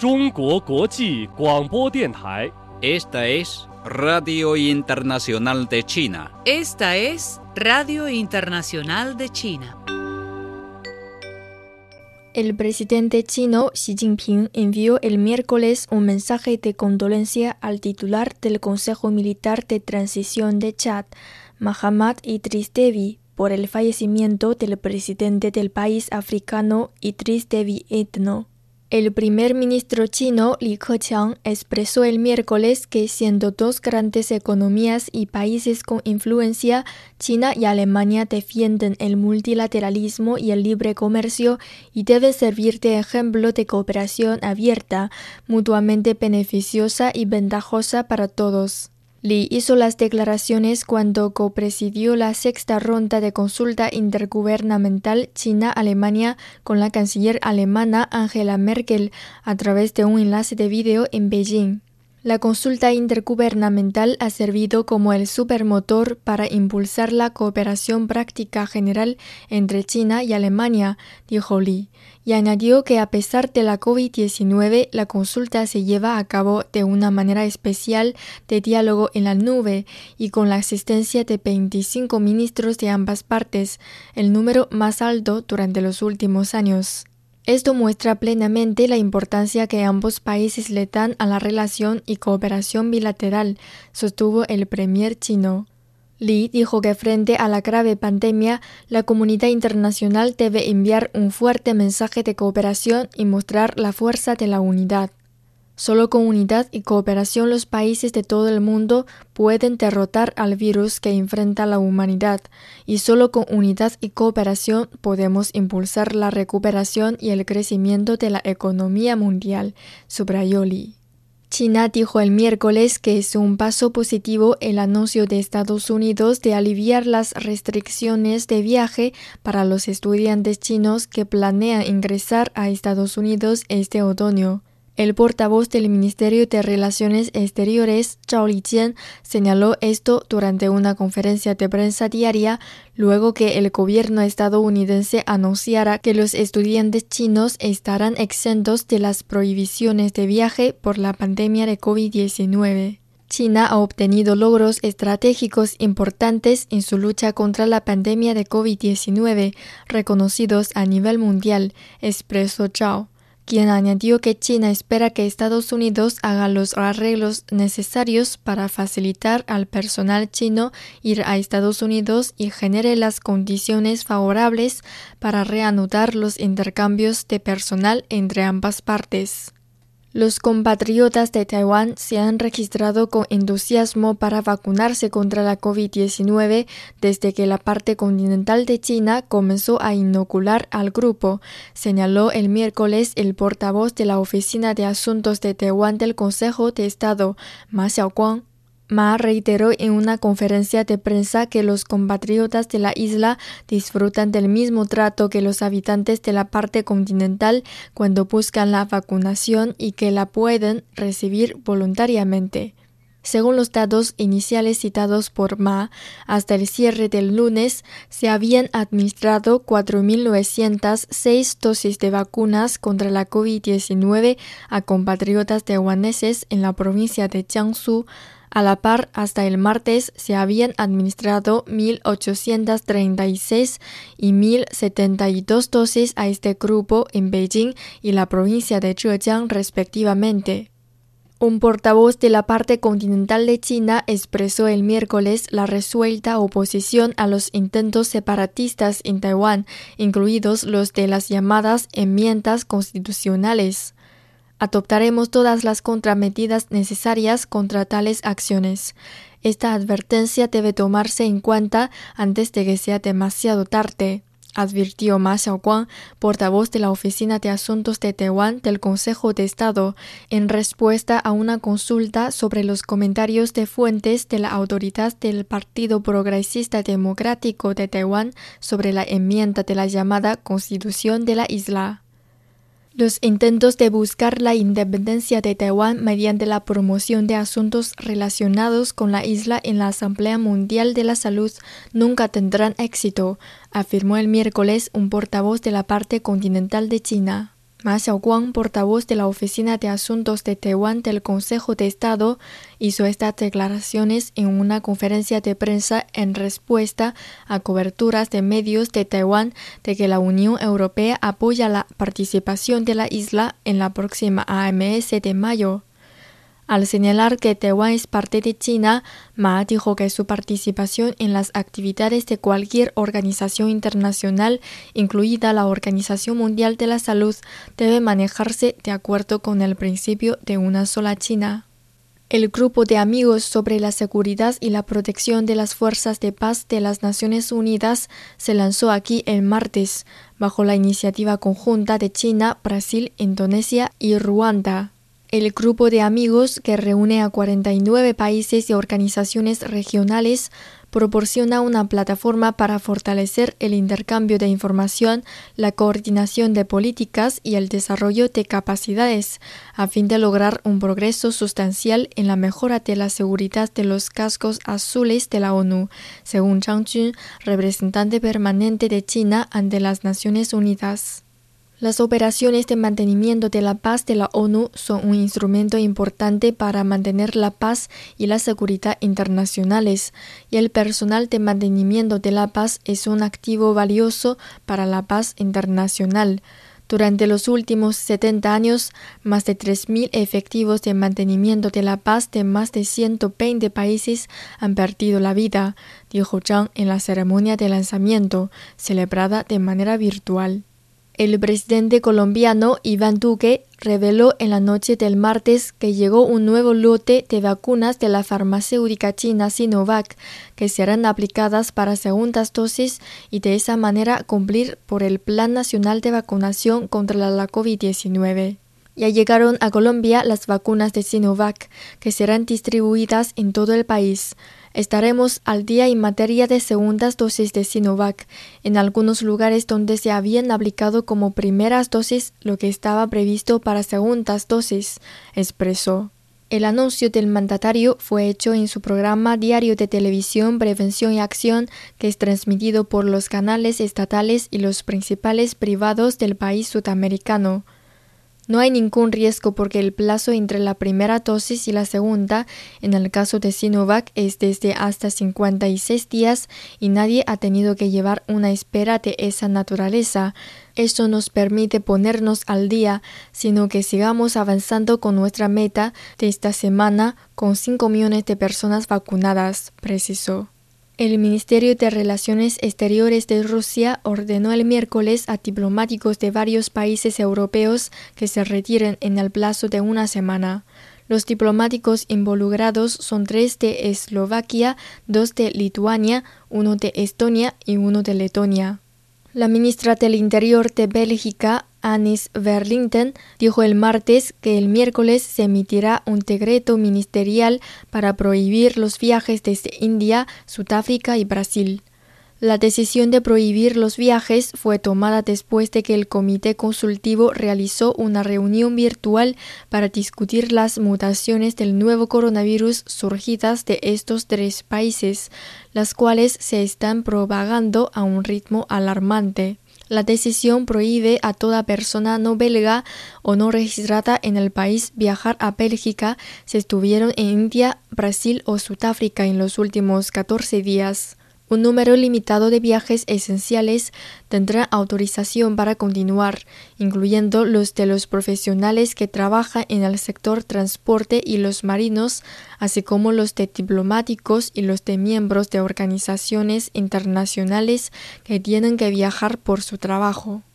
中国国际广播电台。 Esta es Radio Internacional de China. Esta es Radio Internacional de China. El presidente chino Xi Jinping envió el miércoles un mensaje de condolencia al titular del Consejo Militar de Transición de Chad, Mahamat Idriss Déby, por el fallecimiento del presidente del país africano Idriss Déby Itno. El primer ministro chino Li Keqiang expresó el miércoles que siendo dos grandes economías y países con influencia, China y Alemania defienden el multilateralismo y el libre comercio y deben servir de ejemplo de cooperación abierta, mutuamente beneficiosa y ventajosa para todos. Li hizo las declaraciones cuando copresidió la sexta ronda de consulta intergubernamental China-Alemania con la canciller alemana Angela Merkel a través de un enlace de vídeo en Beijing. La consulta intergubernamental ha servido como el supermotor para impulsar la cooperación práctica general entre China y Alemania, dijo Li, y añadió que a pesar de la COVID-19, la consulta se lleva a cabo de una manera especial de diálogo en la nube y con la asistencia de 25 ministros de ambas partes, el número más alto durante los últimos años. Esto muestra plenamente la importancia que ambos países le dan a la relación y cooperación bilateral, sostuvo el premier chino. Li dijo que frente a la grave pandemia, la comunidad internacional debe enviar un fuerte mensaje de cooperación y mostrar la fuerza de la unidad. Solo con unidad y cooperación los países de todo el mundo pueden derrotar al virus que enfrenta la humanidad, y solo con unidad y cooperación podemos impulsar la recuperación y el crecimiento de la economía mundial, subrayó Li. China dijo el miércoles que es un paso positivo el anuncio de Estados Unidos de aliviar las restricciones de viaje para los estudiantes chinos que planean ingresar a Estados Unidos este otoño. El portavoz del Ministerio de Relaciones Exteriores, Zhao Lijian, señaló esto durante una conferencia de prensa diaria luego que el gobierno estadounidense anunciara que los estudiantes chinos estarán exentos de las prohibiciones de viaje por la pandemia de COVID-19. China ha obtenido logros estratégicos importantes en su lucha contra la pandemia de COVID-19, reconocidos a nivel mundial, expresó Zhao, quien añadió que China espera que Estados Unidos haga los arreglos necesarios para facilitar al personal chino ir a Estados Unidos y genere las condiciones favorables para reanudar los intercambios de personal entre ambas partes. Los compatriotas de Taiwán se han registrado con entusiasmo para vacunarse contra la COVID-19 desde que la parte continental de China comenzó a inocular al grupo, señaló el miércoles el portavoz de la Oficina de Asuntos de Taiwán del Consejo de Estado, Ma Xiaoguang. Ma reiteró en una conferencia de prensa que los compatriotas de la isla disfrutan del mismo trato que los habitantes de la parte continental cuando buscan la vacunación y que la pueden recibir voluntariamente. Según los datos iniciales citados por Ma, hasta el cierre del lunes se habían administrado 4.906 dosis de vacunas contra la COVID-19 a compatriotas taiwaneses en la provincia de Jiangsu. A la par, hasta el martes se habían administrado 1.836 y 1.072 dosis a este grupo en Beijing y la provincia de Zhejiang respectivamente. Un portavoz de la parte continental de China expresó el miércoles la resuelta oposición a los intentos separatistas en Taiwán, incluidos los de las llamadas enmiendas constitucionales. Adoptaremos todas las contramedidas necesarias contra tales acciones. Esta advertencia debe tomarse en cuenta antes de que sea demasiado tarde, advirtió Ma Xiaoguang, portavoz de la Oficina de Asuntos de Taiwán del Consejo de Estado, en respuesta a una consulta sobre los comentarios de fuentes de la autoridad del Partido Progresista Democrático de Taiwán sobre la enmienda de la llamada Constitución de la isla. Los intentos de buscar la independencia de Taiwán mediante la promoción de asuntos relacionados con la isla en la Asamblea Mundial de la Salud nunca tendrán éxito, afirmó el miércoles un portavoz de la parte continental de China. Ma Xiaoguang, portavoz de la Oficina de Asuntos de Taiwán del Consejo de Estado, hizo estas declaraciones en una conferencia de prensa en respuesta a coberturas de medios de Taiwán de que la Unión Europea apoya la participación de la isla en la próxima AMS de mayo. Al señalar que Taiwán es parte de China, Ma dijo que su participación en las actividades de cualquier organización internacional, incluida la Organización Mundial de la Salud, debe manejarse de acuerdo con el principio de una sola China. El Grupo de Amigos sobre la Seguridad y la Protección de las Fuerzas de Paz de las Naciones Unidas se lanzó aquí el martes, bajo la iniciativa conjunta de China, Brasil, Indonesia y Ruanda. El Grupo de Amigos, que reúne a 49 países y organizaciones regionales, proporciona una plataforma para fortalecer el intercambio de información, la coordinación de políticas y el desarrollo de capacidades, a fin de lograr un progreso sustancial en la mejora de la seguridad de los cascos azules de la ONU, según Zhang Jun, representante permanente de China ante las Naciones Unidas. Las operaciones de mantenimiento de la paz de la ONU son un instrumento importante para mantener la paz y la seguridad internacionales, y el personal de mantenimiento de la paz es un activo valioso para la paz internacional. Durante los últimos 70 años, más de 3.000 efectivos de mantenimiento de la paz de más de 120 países han perdido la vida, dijo Zhang en la ceremonia de lanzamiento, celebrada de manera virtual. El presidente colombiano Iván Duque reveló en la noche del martes que llegó un nuevo lote de vacunas de la farmacéutica china Sinovac que serán aplicadas para segundas dosis y de esa manera cumplir por el Plan Nacional de Vacunación contra la COVID-19. Ya llegaron a Colombia las vacunas de Sinovac, que serán distribuidas en todo el país. Estaremos al día en materia de segundas dosis de Sinovac, en algunos lugares donde se habían aplicado como primeras dosis lo que estaba previsto para segundas dosis, expresó. El anuncio del mandatario fue hecho en su programa diario de televisión Prevención y Acción, que es transmitido por los canales estatales y los principales privados del país sudamericano. No hay ningún riesgo porque el plazo entre la primera dosis y la segunda, en el caso de Sinovac, es desde hasta 56 días y nadie ha tenido que llevar una espera de esa naturaleza. Esto nos permite ponernos al día, sino que sigamos avanzando con nuestra meta de esta semana con 5 millones de personas vacunadas, precisó. El Ministerio de Relaciones Exteriores de Rusia ordenó el miércoles a diplomáticos de varios países europeos que se retiren en el plazo de una semana. Los diplomáticos involucrados son 3 de Eslovaquia, 2 de Lituania, 1 de Estonia y 1 de Letonia. La ministra del Interior de Bélgica, Annis Verlinden, dijo el martes que el miércoles se emitirá un decreto ministerial para prohibir los viajes desde India, Sudáfrica y Brasil. La decisión de prohibir los viajes fue tomada después de que el Comité Consultivo realizó una reunión virtual para discutir las mutaciones del nuevo coronavirus surgidas de estos 3 países, las cuales se están propagando a un ritmo alarmante. La decisión prohíbe a toda persona no belga o no registrada en el país viajar a Bélgica si estuvieron en India, Brasil o Sudáfrica en los últimos 14 días. Un número limitado de viajes esenciales tendrá autorización para continuar, incluyendo los de los profesionales que trabajan en el sector transporte y los marinos, así como los de diplomáticos y los de miembros de organizaciones internacionales que tienen que viajar por su trabajo.